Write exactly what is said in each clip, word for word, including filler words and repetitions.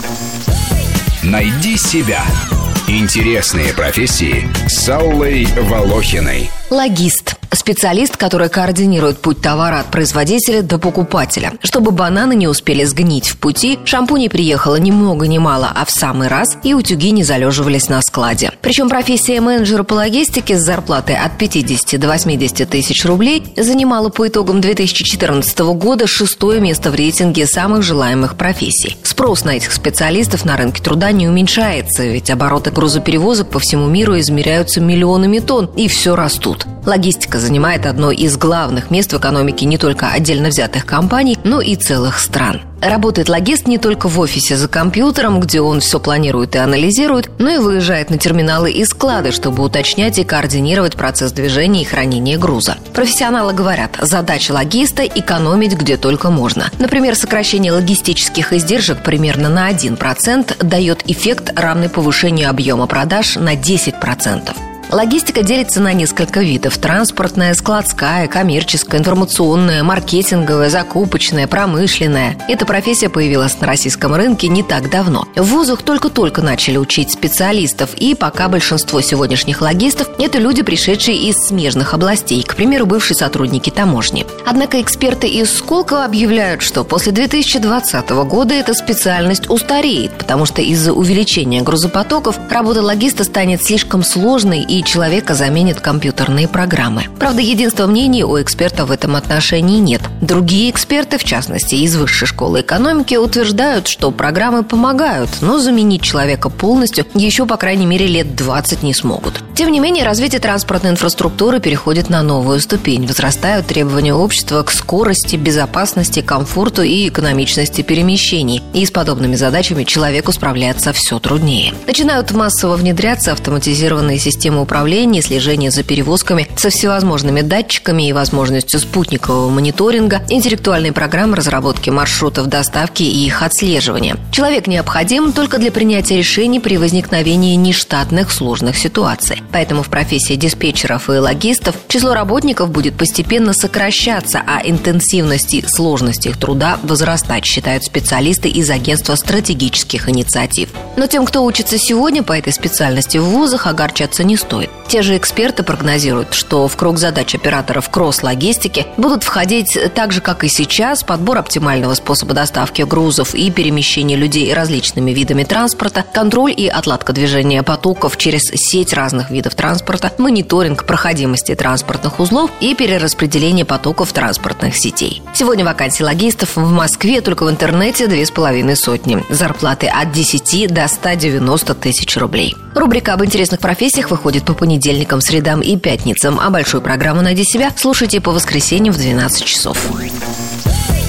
Найди себя. Интересные профессии с Аллой Волохиной. Логист. Специалист, который координирует путь товара от производителя до покупателя. Чтобы бананы не успели сгнить в пути, шампуней приехало ни много ни мало, а в самый раз, и утюги не залеживались на складе. Причем профессия менеджера по логистике с зарплатой от пятидесяти до восьмидесяти тысяч рублей занимала по итогам две тысячи четырнадцатого года шестое место в рейтинге самых желаемых профессий. Спрос на этих специалистов на рынке труда не уменьшается, ведь обороты грузоперевозок по всему миру измеряются миллионами тонн, и все растут. Логистика занимает одно из главных мест в экономике не только отдельно взятых компаний, но и целых стран. Работает логист не только в офисе за компьютером, где он все планирует и анализирует, но и выезжает на терминалы и склады, чтобы уточнять и координировать процесс движения и хранения груза. Профессионалы говорят, задача логиста – экономить где только можно. Например, сокращение логистических издержек примерно на один процент дает эффект, равный повышению объема продаж на десять процентов. Логистика делится на несколько видов: транспортная, складская, коммерческая, информационная, маркетинговая, закупочная, промышленная. Эта профессия появилась на российском рынке не так давно. В вузах только-только начали учить специалистов, и пока большинство сегодняшних логистов – это люди, пришедшие из смежных областей, к примеру, бывшие сотрудники таможни. Однако эксперты из Сколково объявляют, что после две тысячи двадцатого года эта специальность устареет, потому что из-за увеличения грузопотоков работа логиста станет слишком сложной, и человека заменят компьютерные программы. Правда, единства мнений у экспертов в этом отношении нет. Другие эксперты, в частности из Высшей школы экономики, утверждают, что программы помогают, но заменить человека полностью еще, по крайней мере, лет двадцать не смогут. Тем не менее, развитие транспортной инфраструктуры переходит на новую ступень. Возрастают требования общества к скорости, безопасности, комфорту и экономичности перемещений. И с подобными задачами человеку справляться все труднее. Начинают массово внедряться автоматизированные системы управления и слежения за перевозками со всевозможными датчиками и возможностью спутникового мониторинга, интеллектуальные программы разработки маршрутов доставки и их отслеживания. Человек необходим только для принятия решений при возникновении нештатных сложных ситуаций. Поэтому в профессии диспетчеров и логистов число работников будет постепенно сокращаться, а интенсивность и сложность их труда возрастать, считают специалисты из агентства стратегических инициатив. Но тем, кто учится сегодня по этой специальности в вузах, огорчаться не стоит. Те же эксперты прогнозируют, что в круг задач операторов кросс-логистики будут входить так же, как и сейчас, подбор оптимального способа доставки грузов и перемещения людей различными видами транспорта, контроль и отладка движения потоков через сеть разных видов транспорта, мониторинг проходимости транспортных узлов и перераспределение потоков транспортных сетей. Сегодня вакансий логистов в Москве только в интернете две с половиной сотни. Зарплаты от десяти до ста девяноста тысяч рублей. Рубрика об интересных профессиях выходит по понедельникам, средам и пятницам, а большую программу «Найди себя» слушайте по воскресеньям в двенадцать часов.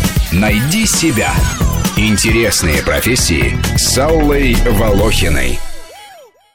Найди себя. Интересные профессии с Аллой Волохиной.